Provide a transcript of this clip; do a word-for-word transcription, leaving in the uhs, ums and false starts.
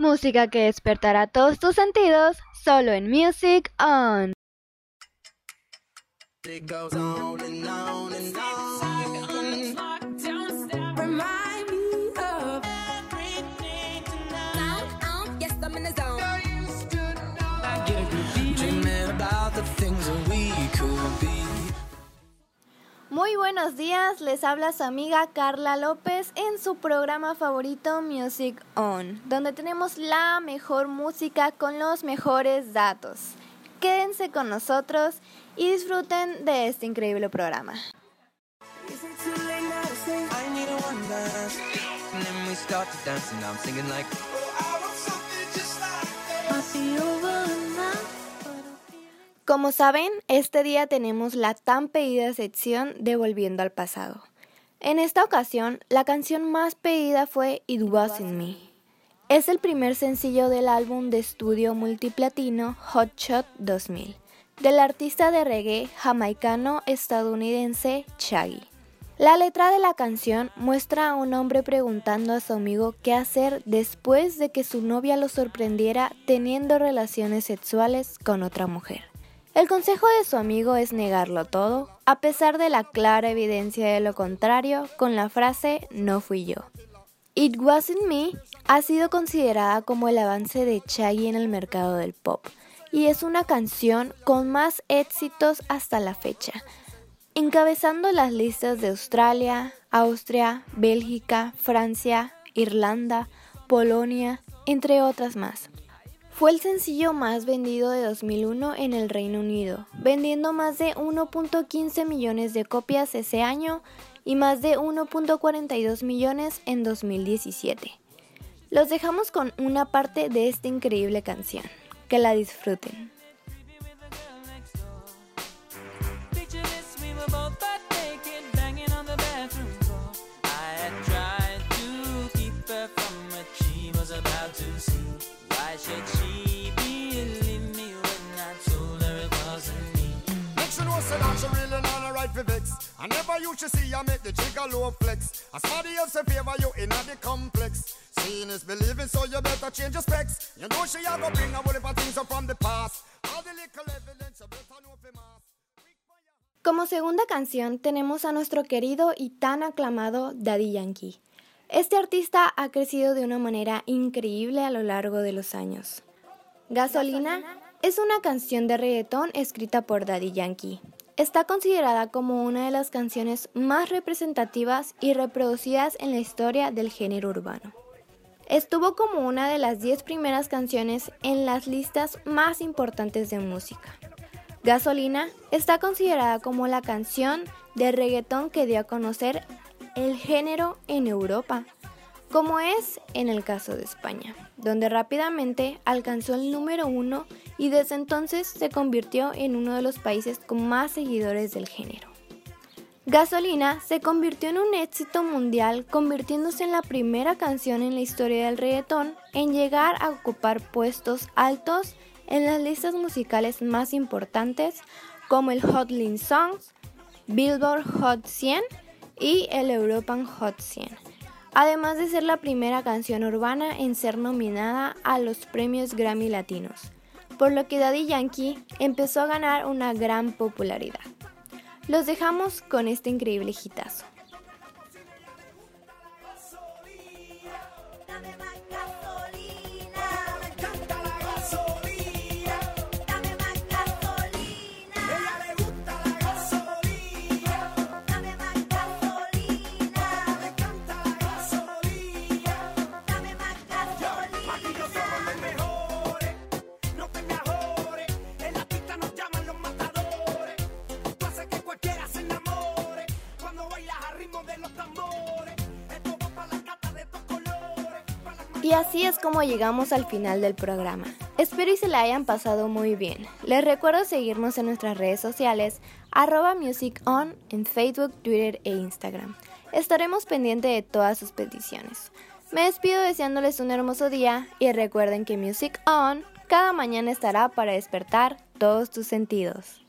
Música que despertará todos tus sentidos, solo en Music On. It goes on and on and on. Remind me of everything tonight. Yes, I'm in the zone. I get a good feeling. Dreaming about the things that we could be. Muy buenos días, les habla su amiga Carla López en su programa favorito Music On, donde tenemos la mejor música con los mejores datos. Quédense con nosotros y disfruten de este increíble programa. Como saben, este día tenemos la tan pedida sección de Volviendo al Pasado. En esta ocasión, la canción más pedida fue It Wasn't Me. Es el primer sencillo del álbum de estudio multiplatino Hot Shot dos mil, del artista de reggae jamaicano-estadounidense Shaggy. La letra de la canción muestra a un hombre preguntando a su amigo qué hacer después de que su novia lo sorprendiera teniendo relaciones sexuales con otra mujer. El consejo de su amigo es negarlo todo, a pesar de la clara evidencia de lo contrario, con la frase "no fui yo". It Wasn't Me ha sido considerada como el avance de Shaggy en el mercado del pop, y es una canción con más éxitos hasta la fecha, encabezando las listas de Australia, Austria, Bélgica, Francia, Irlanda, Polonia, entre otras más. Fue el sencillo más vendido de dos mil uno en el Reino Unido, vendiendo más de uno punto quince millones de copias ese año y más de uno punto cuarenta y dos millones en dos mil diecisiete. Los dejamos con una parte de esta increíble canción. Que la disfruten. I never used to see I make the jigger low flex. As somebody else in favor you in the complex. Seeing is believing, so you better change your specs. You know she a go bring a whole heap of things up from the past. All the little evidence you better know for mass. Como segunda canción tenemos a nuestro querido y tan aclamado Daddy Yankee. Este artista ha crecido de una manera increíble a lo largo de los años. Gasolina es una canción de reggaetón escrita por Daddy Yankee. Está considerada como una de las canciones más representativas y reproducidas en la historia del género urbano. Estuvo como una de las diez primeras canciones en las listas más importantes de música. Gasolina está considerada como la canción de reggaetón que dio a conocer el género en Europa, como es en el caso de España, donde rápidamente alcanzó el número uno y desde entonces se convirtió en uno de los países con más seguidores del género. Gasolina se convirtió en un éxito mundial, convirtiéndose en la primera canción en la historia del reggaetón en llegar a ocupar puestos altos en las listas musicales más importantes como el Hot Latin Songs, Billboard Hot cien y el European Hot cien. Además de ser la primera canción urbana en ser nominada a los premios Grammy Latinos, por lo que Daddy Yankee empezó a ganar una gran popularidad. Los dejamos con este increíble hitazo. Y así es como llegamos al final del programa. Espero y se la hayan pasado muy bien. Les recuerdo seguirnos en nuestras redes sociales, arroba musicon en Facebook, Twitter e Instagram. Estaremos pendientes de todas sus peticiones. Me despido deseándoles un hermoso día y recuerden que Music On cada mañana estará para despertar todos tus sentidos.